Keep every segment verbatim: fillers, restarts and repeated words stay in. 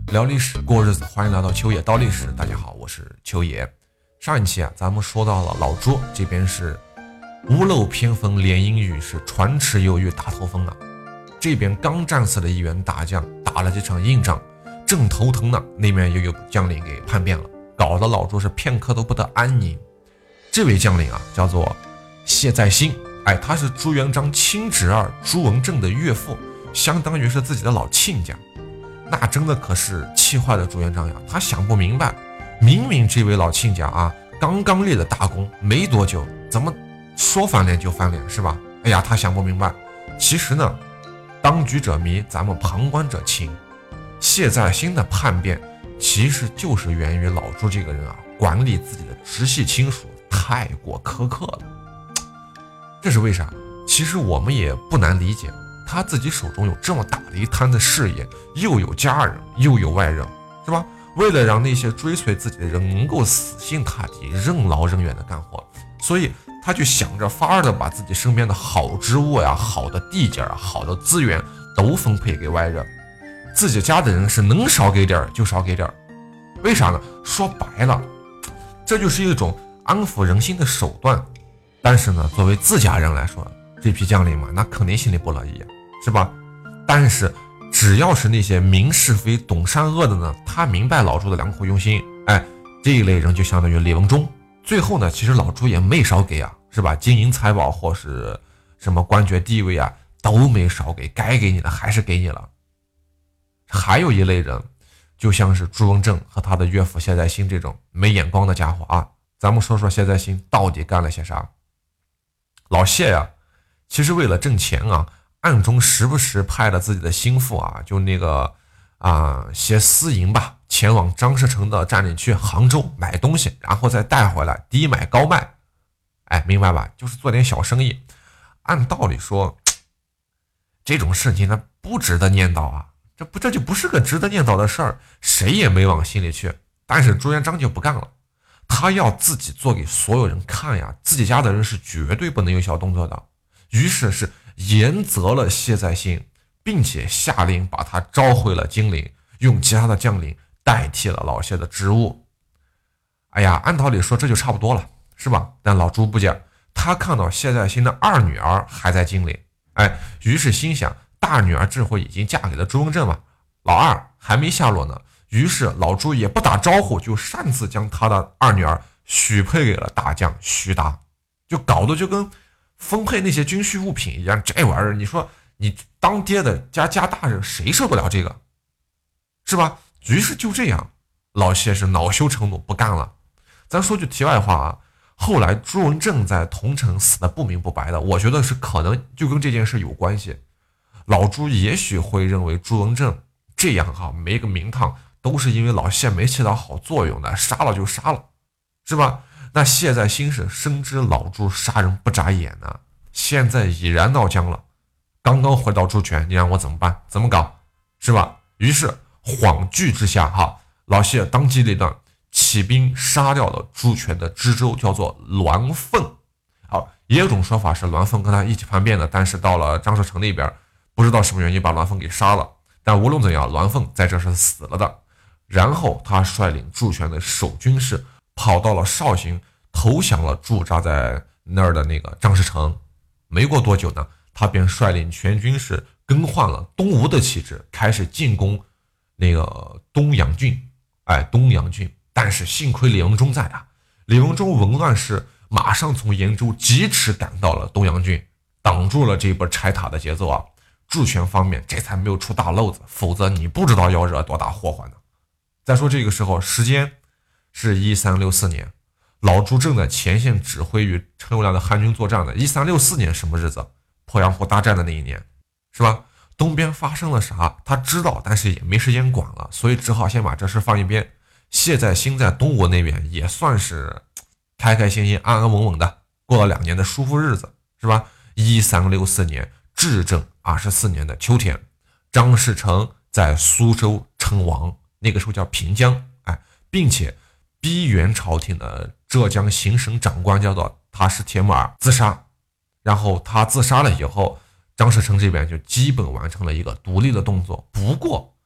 聊历史过日子，欢迎来到秋野道历史。大家好，我是秋野。上一期啊，咱们说到了老朱这边是屋漏偏逢连阴雨，是船迟又遇大头风啊。这边刚战死的一员大将，打了这场硬仗，正头疼呢，那边又有将领给叛变了，搞得老朱是片刻都不得安宁。这位将领啊，叫做谢再兴，哎，他是朱元璋亲侄儿朱文正的岳父，相当于是自己的老亲家。那真的可是气坏了朱元璋呀！他想不明白，明明这位老亲家啊，刚刚立了大功，没多久，怎么说翻脸就翻脸，是吧？哎呀，他想不明白。其实呢，当局者迷，咱们旁观者清。谢再兴的叛变，其实就是源于老朱这个人啊，管理自己的直系亲属太过苛刻了。这是为啥？其实我们也不难理解。他自己手中有这么大的一摊子事业，又有家人又有外人，是吧？为了让那些追随自己的人能够死心塌地任劳任怨的干活，所以他就想着法儿的把自己身边的好职务呀、好的地界啊、好的资源都分配给外人，自己家的人是能少给点就少给点。为啥呢？说白了，这就是一种安抚人心的手段。但是呢，作为自家人来说，这批将领嘛，那肯定心里不乐意，是吧？但是只要是那些明是非懂善恶的呢，他明白老朱的良苦用心，哎，这一类人就相当于李文忠。最后呢，其实老朱也没少给啊，是吧？金银财宝或是什么官爵地位啊，都没少给，该给你的还是给你了。还有一类人，就像是朱文正和他的岳父谢再兴这种没眼光的家伙啊。咱们说说谢再兴到底干了些啥。老谢呀、啊其实为了挣钱啊，暗中时不时派了自己的心腹啊，就那个啊些私营吧，前往张士诚的占领区杭州买东西，然后再带回来低买高卖。哎，明白吧？就是做点小生意。按道理说，这种事情呢不值得念叨啊，这不这就不是个值得念叨的事儿，谁也没往心里去。但是朱元璋就不干了，他要自己做给所有人看呀，自己家的人是绝对不能有小动作的。于是是严责了谢再兴，并且下令把他召回了金陵，用其他的将领代替了老谢的职务。哎呀，按道理说这就差不多了，是吧？但老朱不讲，他看到谢再兴的二女儿还在金陵，哎，于是心想大女儿这会已经嫁给了朱文正嘛，老二还没下落呢。于是老朱也不打招呼，就擅自将他的二女儿许配给了大将徐达，就搞得就跟分配那些军需物品一样，这玩意儿你说你当爹的家家大人谁受得了这个，是吧？于是就这样，老谢是恼羞成怒不干了。咱说句题外话啊，后来朱文正在桐城死的不明不白的，我觉得是可能就跟这件事有关系。老朱也许会认为朱文正这样哈没个名堂，都是因为老谢没起到好作用的，杀了就杀了，是吧？那谢再兴是深知老朱杀人不眨眼呢，现在已然闹僵了，刚刚回到朱权，你让我怎么办？怎么搞？是吧？于是恍惧之下，哈，老谢当机立断，起兵杀掉了朱权的知州，叫做栾凤。好，也有种说法是栾凤跟他一起叛变的，但是到了张士诚那边，不知道什么原因把栾凤给杀了。但无论怎样，栾凤在这是死了的。然后他率领朱权的守军士跑到了绍兴，投降了驻扎在那儿的那个张士诚。没过多久呢，他便率领全军是更换了东吴的旗帜，开始进攻那个东阳郡。哎，东阳郡。但是幸亏李文忠在啊，李文忠闻乱时马上从延州疾驰赶到了东阳郡，挡住了这波拆塔的节奏啊。朱权方面这才没有出大漏子，否则你不知道要惹多大祸患呢。再说这个时候时间是一三六四年，老朱正在前线指挥与陈友谅的汉军作战的。一三六四年什么日子？鄱阳湖大战的那一年，是吧？东边发生了啥他知道，但是也没时间管了，所以只好先把这事放一边。谢再兴在东吴那边也算是开开心心安安稳稳的过了两年的舒服日子，是吧？一三六四年至正二十四年的秋天，张士诚在苏州称王，那个时候叫平江，哎，并且逼原朝廷的浙江行省长官叫做塔什铁木儿自杀。然后他自杀了以后，张士诚这边就基本完成了一个独立的动作。不过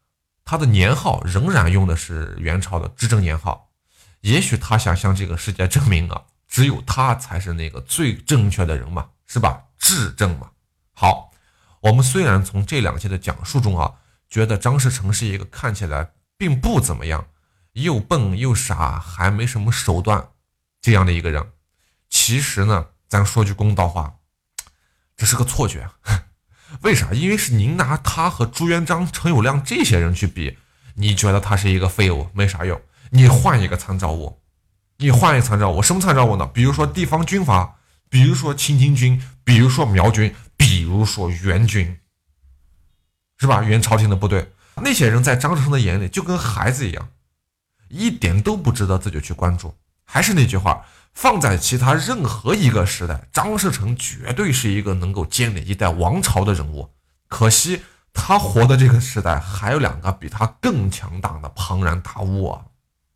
他的年号仍然用的是元朝的至正年号。也许他想向这个世界证明啊，只有他才是那个最正确的人嘛，是吧？至正嘛。好，我们虽然从这两期的讲述中啊，觉得张士诚是一个看起来并不怎么样，又笨又傻，还没什么手段这样的一个人，其实呢，咱说句公道话，这是个错觉。为啥？因为是您拿他和朱元璋、陈友谅这些人去比，你觉得他是一个废物，没啥用。你换一个参照物，你换一个参照物，什么参照物呢？比如说地方军阀，比如说清津军，比如说苗军，比如说元军，是吧？元朝廷的部队，那些人在张士诚的眼里就跟孩子一样，一点都不值得自己去关注。还是那句话，放在其他任何一个时代，张士诚绝对是一个能够建立一代王朝的人物。可惜他活的这个时代还有两个比他更强大的庞然大物啊！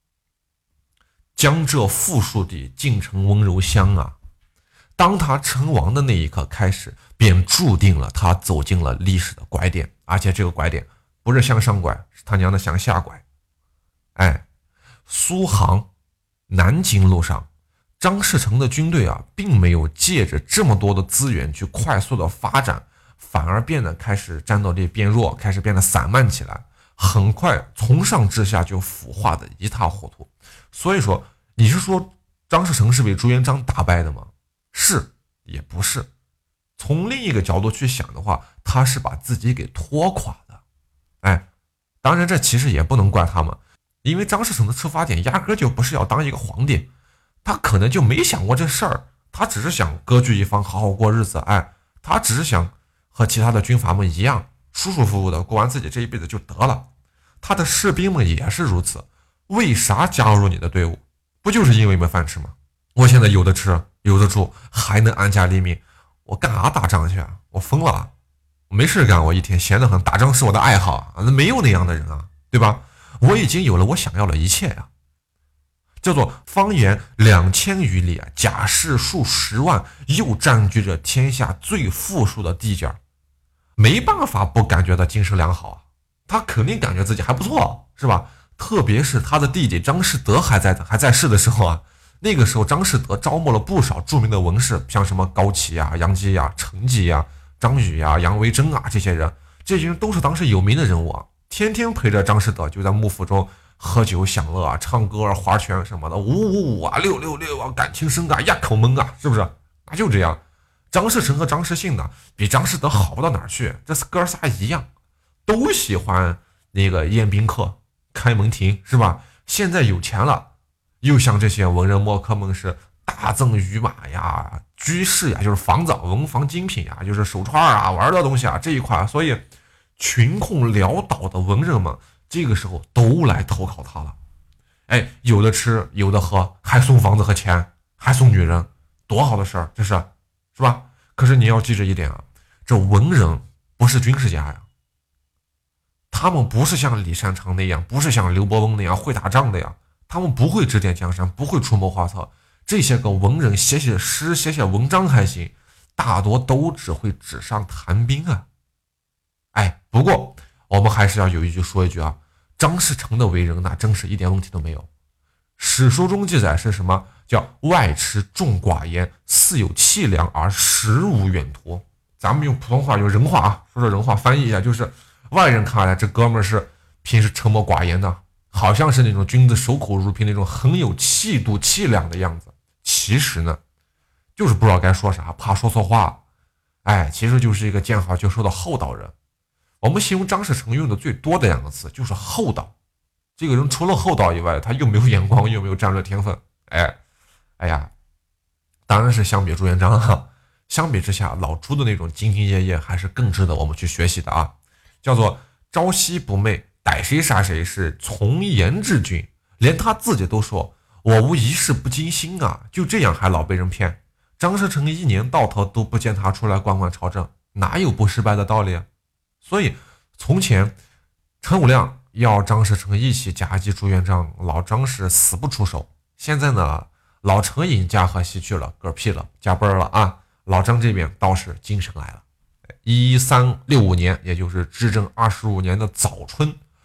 江浙富庶地，尽成温柔乡啊！当他称王的那一刻开始，便注定了他走进了历史的拐点，而且这个拐点不是向上拐，是他娘的向下拐。哎，苏杭、南京路上，张士诚的军队啊，并没有借着这么多的资源去快速的发展，反而变得开始战斗力变弱，开始变得散漫起来，很快从上至下就腐化的一塌糊涂。所以说，你是说张士诚是被朱元璋打败的吗？是也不是。从另一个角度去想的话，他是把自己给拖垮的。哎，当然这其实也不能怪他们，因为张士诚的出发点压根就不是要当一个皇帝，他可能就没想过这事儿，他只是想割据一方，好好过日子。哎，他只是想和其他的军阀们一样，舒舒服服的过完自己这一辈子就得了。他的士兵们也是如此，为啥加入你的队伍？不就是因为没饭吃吗？我现在有的吃，有的住，还能安家立命，我干啥打仗去啊？我疯了啊！我没事干，我一天闲得很，打仗是我的爱好啊！那没有那样的人啊，对吧？我已经有了我想要的一切呀、啊，叫做方圆两千余里啊，甲士数十万，又占据着天下最富庶的地界，没办法不感觉到精神良好啊！他肯定感觉自己还不错，是吧？特别是他的弟弟张士德还在还在世的时候啊，那个时候张士德招募了不少著名的文士，像什么高启啊、杨基啊、程吉啊、张宇啊、杨维桢啊，这些人，这些人都是当时有名的人物啊，天天陪着张士德就在幕府中喝酒享乐啊、唱歌啊、划拳什么的，五五五啊、六六六啊，感情深啊、压口闷啊，是不是？那就这样。张士诚和张士信呢，比张士德好不到哪儿去，这哥仨一样，都喜欢那个宴宾客、开门庭，是吧？现在有钱了，又像这些文人墨客们是大赠鱼马呀、居室呀，就是房子、文房精品呀，就是手串啊、玩的东西啊这一块，所以群控潦倒的文人们这个时候都来投靠他了。哎，有的吃，有的喝，还送房子和钱，还送女人，多好的事儿，这是是吧？可是你要记着一点啊，这文人不是军事家呀。他们不是像李善长那样，不是像刘伯温那样会打仗的呀，他们不会指点江山，不会出谋划策。这些个文人写写诗、写写文章还行，大多都只会纸上谈兵啊。哎，不过我们还是要有一句说一句啊，张士诚的为人那真是一点问题都没有。史书中记载是什么？叫外持众寡言，似有气量而实无远图。咱们用普通话用人话啊，说说人话翻译一下，就是外人看来这哥们儿是平时沉默寡言的，好像是那种君子守口如瓶那种很有气度气量的样子，其实呢就是不知道该说啥，怕说错话。哎，其实就是一个见好就收的厚道人。我们形容张士诚用的最多的两个词就是厚道。这个人除了厚道以外，他又没有眼光，又没有战略天分。哎，哎呀，当然是相比朱元璋啊，相比之下，老朱的那种兢兢业业还是更值得我们去学习的啊。叫做朝夕不寐，逮谁杀谁，是从严治军，连他自己都说我无一事不惊心啊，就这样还老被人骗。张士诚一年到头都不见他出来管管朝政，哪有不失败的道理啊？所以从前陈友谅要张士诚一起夹击朱元璋，老张是死不出手。现在呢，老陈已经驾鹤西去了，嗝屁了，加班了啊！老张这边倒是精神来了。一三六五年，也就是至正二十五年的早春，太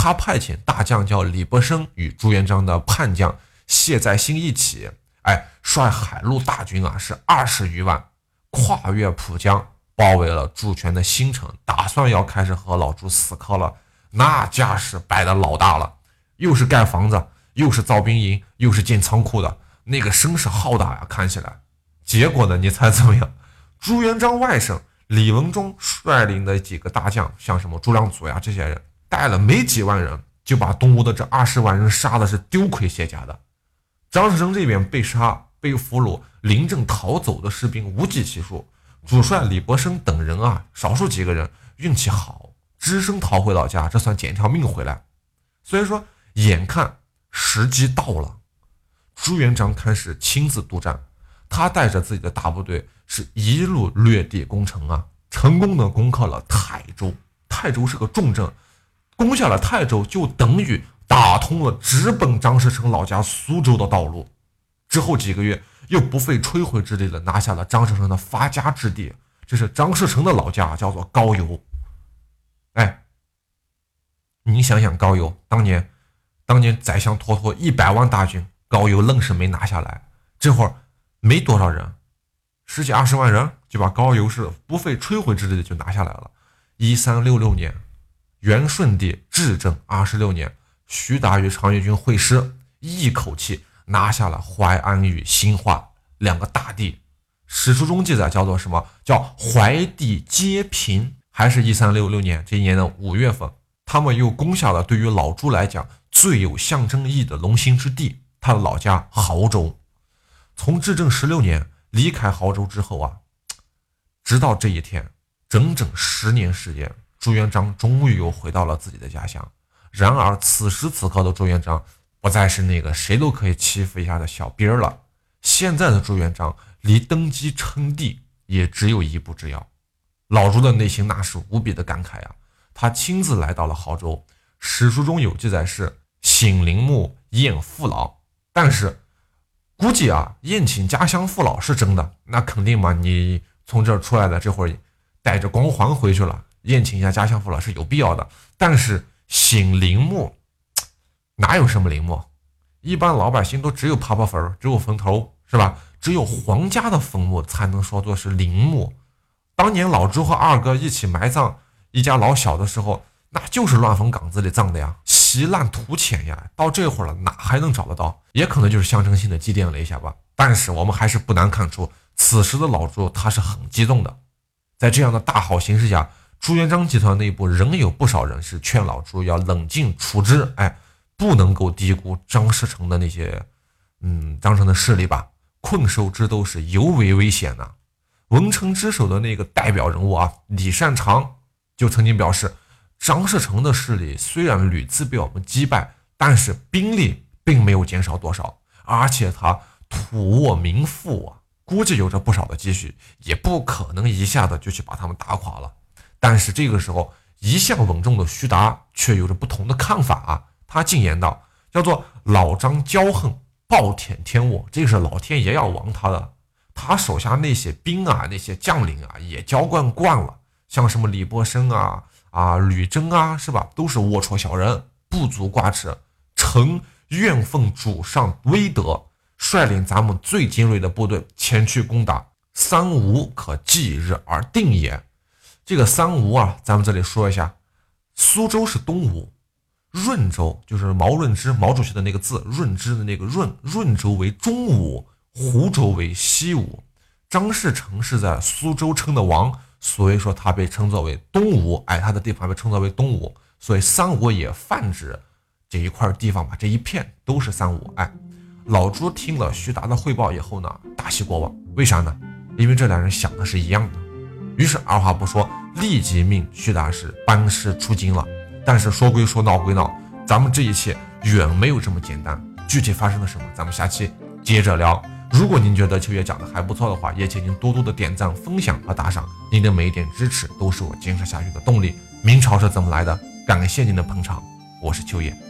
他派遣大将叫李伯升与朱元璋的叛将谢在兴一起，哎，率海陆大军啊是二十余万，跨越浦江，包围了朱权的新城，打算要开始和老朱死磕了。那架势摆得老大了，又是盖房子，又是造兵营，又是建仓库的，那个声势浩大呀，看起来。结果呢，你猜怎么样？朱元璋外甥李文忠率领的几个大将，像什么朱良祖呀这些人，带了没几万人，就把东吴的这二十万人杀的是丢盔卸甲的。张士诚这边被杀、被俘虏、临阵逃走的士兵无计其数，主帅李伯升等人啊，少数几个人运气好，只身逃回老家，这算捡条命回来。所以说，眼看时机到了，朱元璋开始亲自督战，他带着自己的大部队是一路掠地攻城啊，成功的攻克了泰州。泰州是个重镇，攻下了泰州就等于打通了直奔张士诚老家苏州的道路。之后几个月又不费吹灰之力的拿下了张士诚的发家之地，这是张士诚的老家，叫做高邮。哎，你想想高邮当年当年宰相妥妥一百万大军，高邮愣是没拿下来，这会儿没多少人，十几二十万人就把高邮是不费吹灰之力的就拿下来了。一三六六年，元顺帝至正二十六年，徐达与常遇军会师，一口气拿下了淮安与兴化两个大地。史书中记载叫做什么？叫淮地皆平。还是一三六六年这一年的五月份，他们又攻下了对于老朱来讲最有象征意义的龙兴之地，他的老家亳州。从至正十六年离开亳州之后啊，直到这一天，整整十年时间，朱元璋终于又回到了自己的家乡。然而此时此刻的朱元璋不再是那个谁都可以欺负一下的小兵了，现在的朱元璋离登基称帝也只有一步之遥。老朱的内心那是无比的感慨啊，他亲自来到了亳州，史书中有记载是省陵墓宴父老，但是估计啊宴请家乡父老是真的，那肯定嘛，你从这儿出来的这会儿带着光环回去了，宴请一下家乡父老是有必要的。但是省陵墓哪有什么陵墓，一般老百姓都只有爬爬坟，只有坟头是吧？只有皇家的坟墓才能说作是陵墓。当年老朱和二哥一起埋葬一家老小的时候，那就是乱坟岗子里葬的呀，稀烂土浅呀，到这会儿了哪还能找得到？也可能就是象征性的祭奠了一下吧。但是我们还是不难看出，此时的老朱他是很激动的。在这样的大好形势下，朱元璋集团内部仍有不少人是劝老朱要冷静处置，哎，不能够低估张士诚的那些嗯张成的势力吧，困兽之斗是尤为危险呐。文臣之首的那个代表人物啊，李善长就曾经表示，张士诚的势力虽然屡次被我们击败，但是兵力并没有减少多少，而且他土沃民富啊，估计有着不少的积蓄，也不可能一下子就去把他们打垮了。但是这个时候，一向稳重的徐达却有着不同的看法啊，他进言道，叫做老张骄横，暴殄天物，这个是老天爷要亡他的。他手下那些兵啊，那些将领啊，也娇惯惯了，像什么李伯升啊、啊吕征啊，是吧？都是龌龊小人，不足挂齿。臣愿奉主上威德，率领咱们最精锐的部队前去攻打，三吴可即日而定也。这个三吴啊，咱们这里说一下，苏州是东吴，润州就是毛润之毛主席的那个字，润之的那个润，润州为中吴，湖州为西吴。张士诚是在苏州称的王，所以说他被称作为东吴，哎，他的地方被称作为东吴，所以三吴也泛指这一块地方吧，这一片都是三吴。哎，老朱听了徐达的汇报以后呢，大喜过望，为啥呢？因为这两人想的是一样的。于是二话不说，立即命徐达是班师出京了。但是说归说，闹归闹，咱们这一切远没有这么简单。具体发生了什么，咱们下期接着聊。如果您觉得秋叶讲的还不错的话，也请您多多的点赞、分享和打赏，您的每一点支持都是我坚持下去的动力。明朝是怎么来的？感谢您的捧场，我是秋叶。